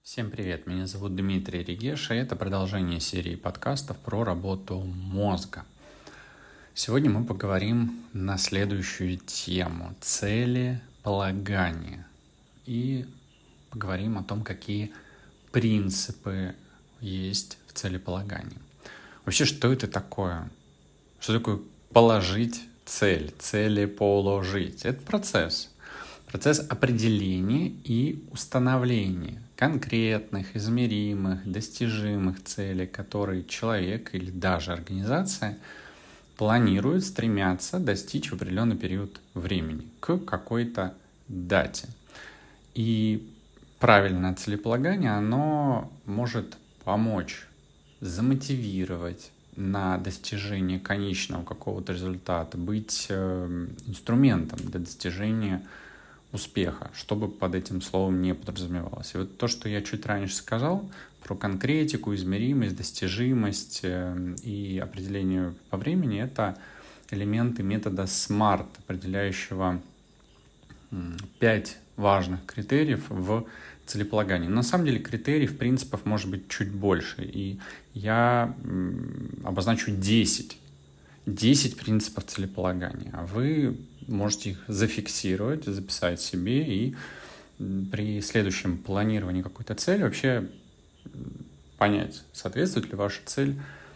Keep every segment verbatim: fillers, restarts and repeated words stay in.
Всем привет, меня зовут Дмитрий Регеш, и это продолжение серии подкастов про работу мозга. Сегодня мы поговорим на следующую тему – целеполагание. И поговорим о том, какие принципы есть в целеполагании. Вообще, что это такое? Что такое положить цель, целеположить? Это процесс. Процесс определения и установления конкретных, измеримых, достижимых целей, которые человек или даже организация планирует, стремятся достичь в определенный период времени, к какой-то дате. И правильное целеполагание, оно может помочь замотивировать на достижение конечного какого-то результата, быть инструментом для достижения успеха, что бы под этим словом не подразумевалось. И вот то, что я чуть раньше сказал про конкретику, измеримость, достижимость и определение по времени, это элементы метода смарт, определяющего пять важных критериев в целеполагании. Но на самом деле критериев, принципов может быть чуть больше, и я обозначу десять. десять принципов целеполагания, а вы можете их зафиксировать, записать себе и при следующем планировании какой-то цели вообще понять, соответствует ли ваша цель,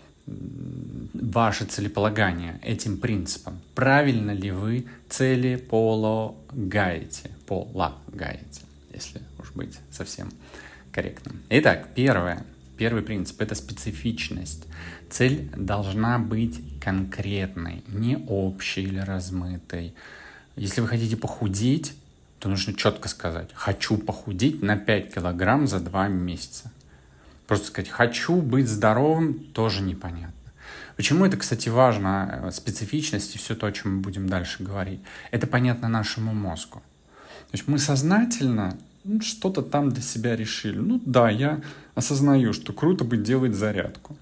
ваше целеполагание этим принципам. Правильно ли вы целеполагаете, полагаете, если уж быть совсем корректным. Итак, первое. Первый принцип – это специфичность. Цель должна быть конкретной, не общей или размытой. Если вы хотите похудеть, то нужно четко сказать: «Хочу похудеть на пять килограмм за два месяца». Просто сказать «хочу быть здоровым» тоже непонятно. Почему это, кстати, важно, специфичность и все то, о чем мы будем дальше говорить? Это понятно нашему мозгу. То есть мы сознательно ну, что-то там для себя решили. Ну да, я осознаю, что круто бы делать зарядку.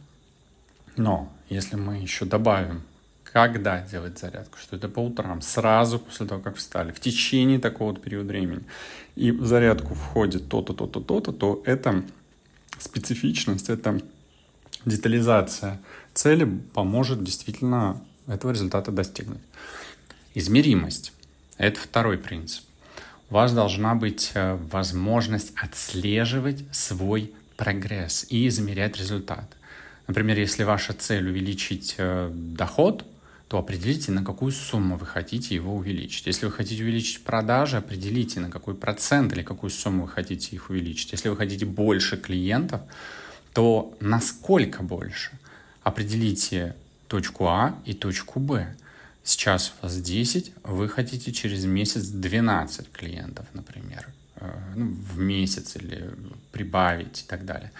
Но если мы еще добавим, когда делать зарядку, что это по утрам, сразу после того, как встали, в течение такого периода времени, и в зарядку входит то-то, то-то, то-то, то это специфичность, это детализация цели поможет действительно этого результата достигнуть. Измеримость – это второй принцип. У вас должна быть возможность отслеживать свой прогресс и измерять результат. Например, если ваша цель увеличить доход, то определите, на какую сумму вы хотите его увеличить. Если вы хотите увеличить продажи, определите, на какой процент или какую сумму вы хотите их увеличить. Если вы хотите больше клиентов, то насколько больше? Определите точку А и точку Б. Сейчас у вас десять, вы хотите через месяц двенадцать клиентов, например, ну, в месяц или прибавить и так далее.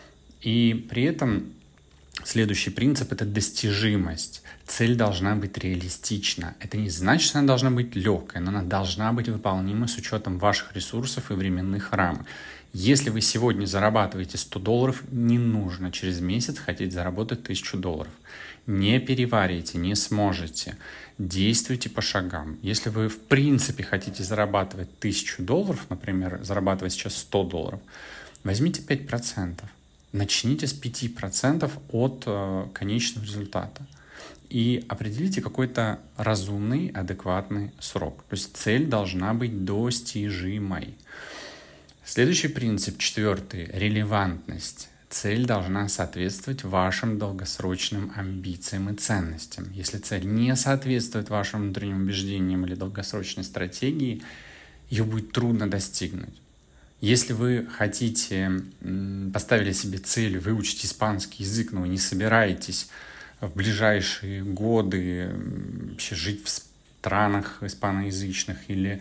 И при этом следующий принцип – это достижимость. Цель должна быть реалистична. Это не значит, что она должна быть легкой, но она должна быть выполнима с учетом ваших ресурсов и временных рамок. Если вы сегодня зарабатываете сто долларов, не нужно через месяц хотеть заработать тысячу долларов. Не переваривайте, не сможете. Действуйте по шагам. Если вы в принципе хотите зарабатывать тысячу долларов, например, зарабатывать сейчас сто долларов, возьмите пять процентов. Начните с пяти процентов от э, конечного результата. И определите какой-то разумный, адекватный срок. То есть цель должна быть достижимой. Следующий принцип, четвертый, релевантность. Цель должна соответствовать вашим долгосрочным амбициям и ценностям. Если цель не соответствует вашим внутренним убеждениям или долгосрочной стратегии, ее будет трудно достигнуть. Если вы хотите, поставили себе цель выучить испанский язык, но вы не собираетесь в ближайшие годы вообще жить в странах испаноязычных или,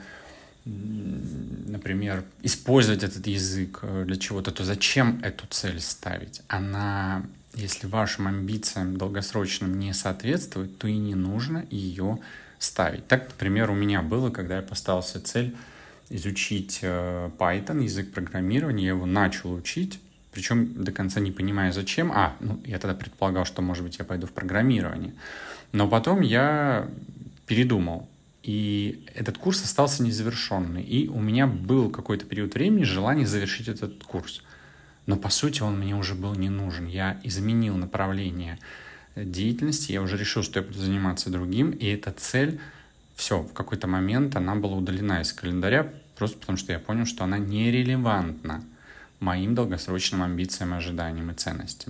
например, использовать этот язык для чего-то, то зачем эту цель ставить? Она, если вашим амбициям долгосрочным не соответствует, то и не нужно ее ставить. Так, например, у меня было, когда я поставил себе цель изучить Python, язык программирования, я его начал учить, причем до конца не понимая зачем. А, ну, я тогда предполагал, что, может быть, я пойду в программирование. Но потом я передумал. и этот курс остался незавершенный. И у меня был какой-то период времени желание завершить этот курс. Но, по сути, он мне уже был не нужен. Я изменил направление деятельности, я уже решил, что я буду заниматься другим, и эта цель, все, в какой-то момент она была удалена из календаря, просто потому что я понял, что она нерелевантна моим долгосрочным амбициям, ожиданиям и ценностям.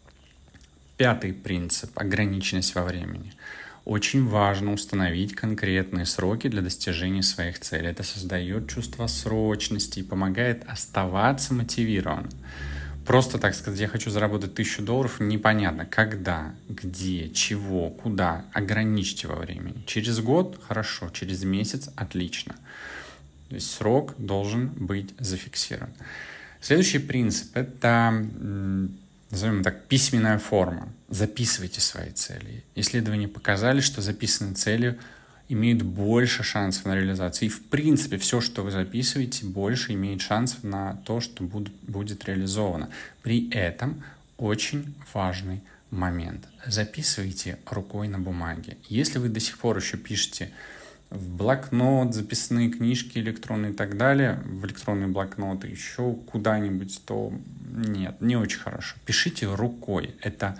Пятый принцип – ограниченность во времени. Очень важно установить конкретные сроки для достижения своих целей. Это создает чувство срочности и помогает оставаться мотивированным. Просто так сказать, я хочу заработать тысячу долларов, непонятно, когда, где, чего, куда. Ограничьте во времени. Через год – хорошо, через месяц – отлично. То есть срок должен быть зафиксирован. Следующий принцип – это, назовем так, письменная форма. Записывайте свои цели. Исследования показали, что записанные цели имеют больше шансов на реализацию. И в принципе все, что вы записываете, больше имеет шансов на то, что будет, будет реализовано. При этом очень важный момент. Записывайте рукой на бумаге. Если вы до сих пор еще пишете в блокнот, записные книжки электронные и так далее, в электронные блокноты, еще куда-нибудь, то нет, не очень хорошо. Пишите рукой. Это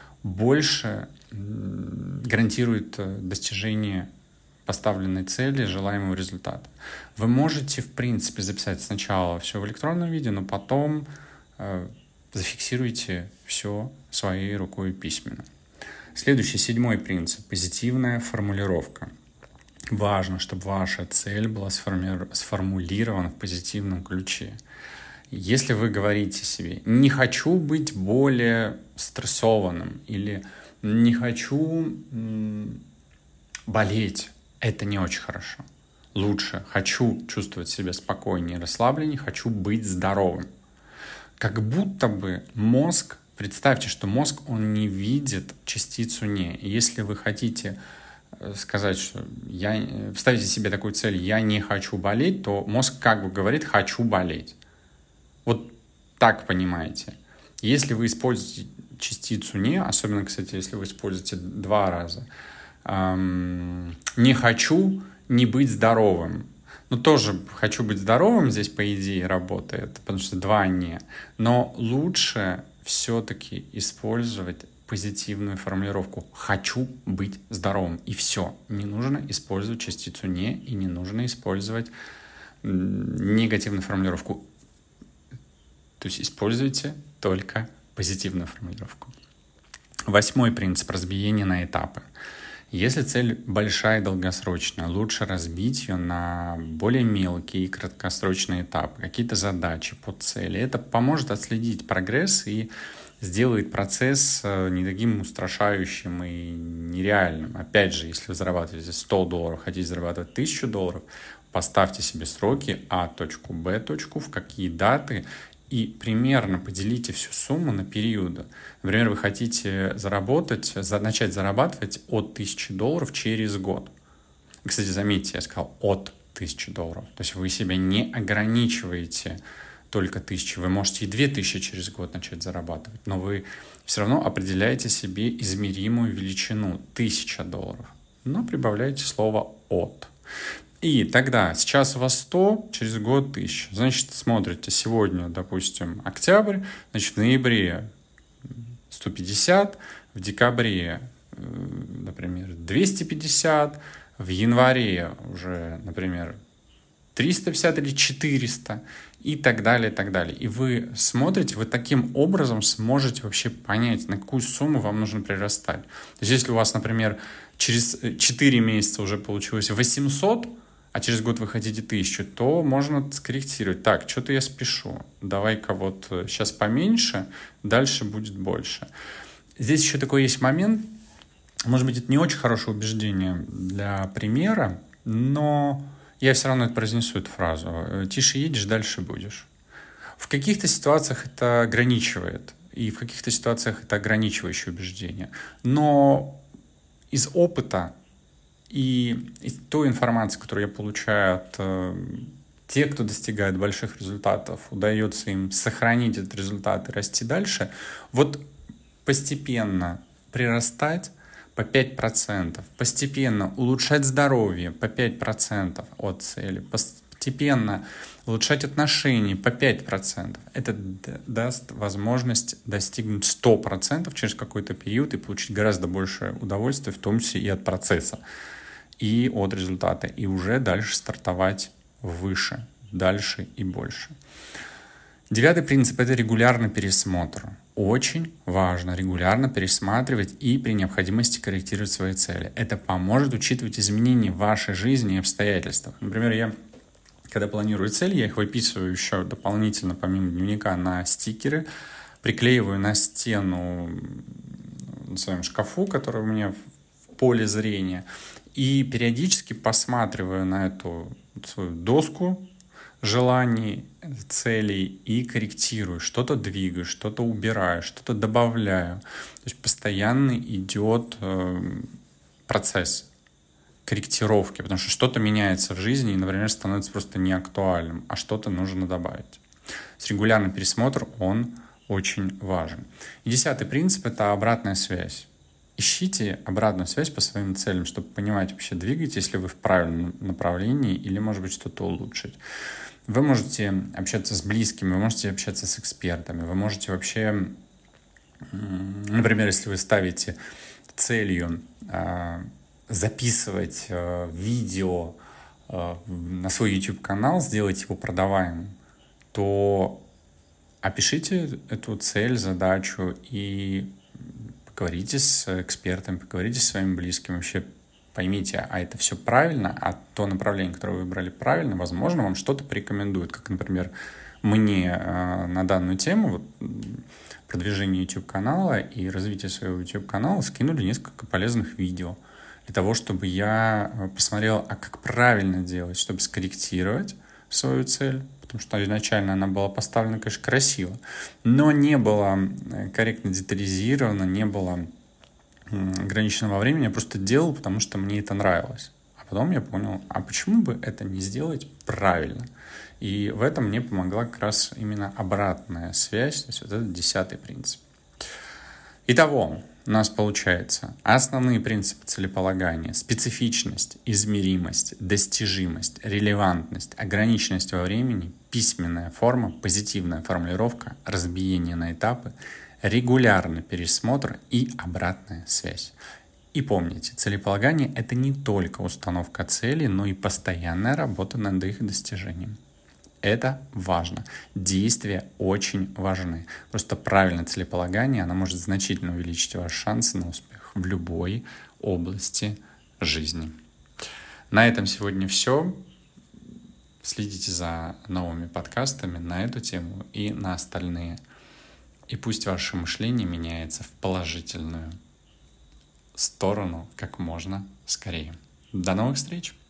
больше гарантирует достижение поставленной цели, желаемого результата. Вы можете, в принципе, записать сначала все в электронном виде, но потом э, зафиксируйте все своей рукой письменно. Следующий, седьмой принцип – позитивная формулировка. Важно, чтобы ваша цель была сформи- сформулирована в позитивном ключе. Если вы говорите себе «не хочу быть более стрессованным» или «не хочу м- болеть», это не очень хорошо. Лучше «хочу чувствовать себя спокойнее и расслабленнее, хочу быть здоровым». Как будто бы мозг, представьте, что мозг, он не видит частицу «не». И если вы хотите сказать, что я, ставите себе такую цель «я не хочу болеть», то мозг как бы говорит «хочу болеть». Вот так понимаете. Если вы используете частицу «не», особенно, кстати, если вы используете два раза, эм, «не хочу не быть здоровым». Ну, тоже «хочу быть здоровым» здесь, по идее, работает, потому что два «не». Но лучше все-таки использовать позитивную формулировку «хочу быть здоровым». И все. Не нужно использовать частицу «не» и не нужно использовать негативную формулировку. То есть используйте только позитивную формулировку. Восьмой принцип – разбиение на этапы. Если цель большая и долгосрочная, лучше разбить ее на более мелкие и краткосрочные этапы, какие-то задачи по цели. Это поможет отследить прогресс и сделает процесс не таким устрашающим и нереальным. Опять же, если вы зарабатываете сто долларов, хотите зарабатывать тысячу долларов, поставьте себе сроки А точку, Б точку, в какие даты, и примерно поделите всю сумму на периоды. Например, вы хотите заработать, начать зарабатывать от тысячи долларов через год. Кстати, заметьте, я сказал от тысячи долларов. То есть вы себя не ограничиваете только тысячи. Вы можете и две тысячи через год начать зарабатывать, но вы все равно определяете себе измеримую величину тысяча долларов. Но прибавляете слово «от». И тогда сейчас у вас сто, через год тысяча. Значит, смотрите, сегодня, допустим, октябрь, значит, в ноябре сто пятьдесят, в декабре, например, двести пятьдесят, в январе уже, например, триста пятьдесят или четыреста и так далее, и так далее. И вы смотрите, вы таким образом сможете вообще понять, на какую сумму вам нужно прирастать. То есть, если у вас, например, через четыре месяца уже получилось восемьсот, а через год вы хотите тысячу, то можно скорректировать. Так, что-то я спешу. Давай-ка вот сейчас поменьше, дальше будет больше. Здесь еще такой есть момент. Может быть, это не очень хорошее убеждение для примера, но я все равно это произнесу, эту фразу. Тише едешь, дальше будешь. В каких-то ситуациях это ограничивает, и в каких-то ситуациях это ограничивающее убеждение. Но из опыта и из той информации, которую я получаю от э, тех, кто достигает больших результатов, удается им сохранить этот результат и расти дальше, вот постепенно прирастать, по пять процентов, постепенно улучшать здоровье по пять процентов от цели, постепенно улучшать отношения по пять процентов. Это даст возможность достигнуть сто процентов через какой-то период и получить гораздо большее удовольствие, в том числе и от процесса, и от результата, и уже дальше стартовать выше, дальше и больше. Девятый принцип – это регулярный пересмотр. Очень важно регулярно пересматривать и при необходимости корректировать свои цели. Это поможет учитывать изменения в вашей жизни и обстоятельствах. Например, я, когда планирую цели, я их выписываю еще дополнительно, помимо дневника, на стикеры, приклеиваю на стену на своем шкафу, который у меня в поле зрения, и периодически посматриваю на эту свою доску желаний, целей и корректирую, что-то двигаю, что-то убираю, что-то добавляю. То есть постоянно идет э, процесс корректировки, потому что что-то меняется в жизни и, например, становится просто неактуальным, а что-то нужно добавить. С регулярный пересмотр, он очень важен. И десятый принцип – это обратная связь. Ищите обратную связь по своим целям, чтобы понимать, вообще двигаетесь ли вы в правильном направлении или, может быть, что-то улучшить. Вы можете общаться с близкими, вы можете общаться с экспертами, вы можете вообще, например, если вы ставите целью э, записывать э, видео э, на свой YouTube-канал, сделать его продаваемым, то опишите эту цель, задачу и поговорите с экспертами, поговорите с своими близкими, вообще поймите, а это все правильно, а то направление, которое вы выбрали, правильно, возможно, вам что-то порекомендуют, как, например, мне э, на данную тему, вот, продвижение YouTube-канала и развитие своего YouTube-канала скинули несколько полезных видео для того, чтобы я посмотрел, а как правильно делать, чтобы скорректировать свою цель, потому что изначально она была поставлена, конечно, красиво, но не была корректно детализирована, не было ограниченного времени, я просто делал, потому что мне это нравилось. А потом я понял, а почему бы это не сделать правильно? И в этом мне помогла как раз именно обратная связь, то есть вот этот десятый принцип. Итого, у нас получается основные принципы целеполагания: специфичность, измеримость, достижимость, релевантность, ограниченность во времени, письменная форма, позитивная формулировка, разбиение на этапы, регулярный пересмотр и обратная связь. И помните, целеполагание – это не только установка целей, но и постоянная работа над их достижением. Это важно. Действия очень важны. Просто правильное целеполагание, оно может значительно увеличить ваши шансы на успех в любой области жизни. На этом сегодня все. Следите за новыми подкастами на эту тему и на остальные. И пусть ваше мышление меняется в положительную сторону как можно скорее. До новых встреч!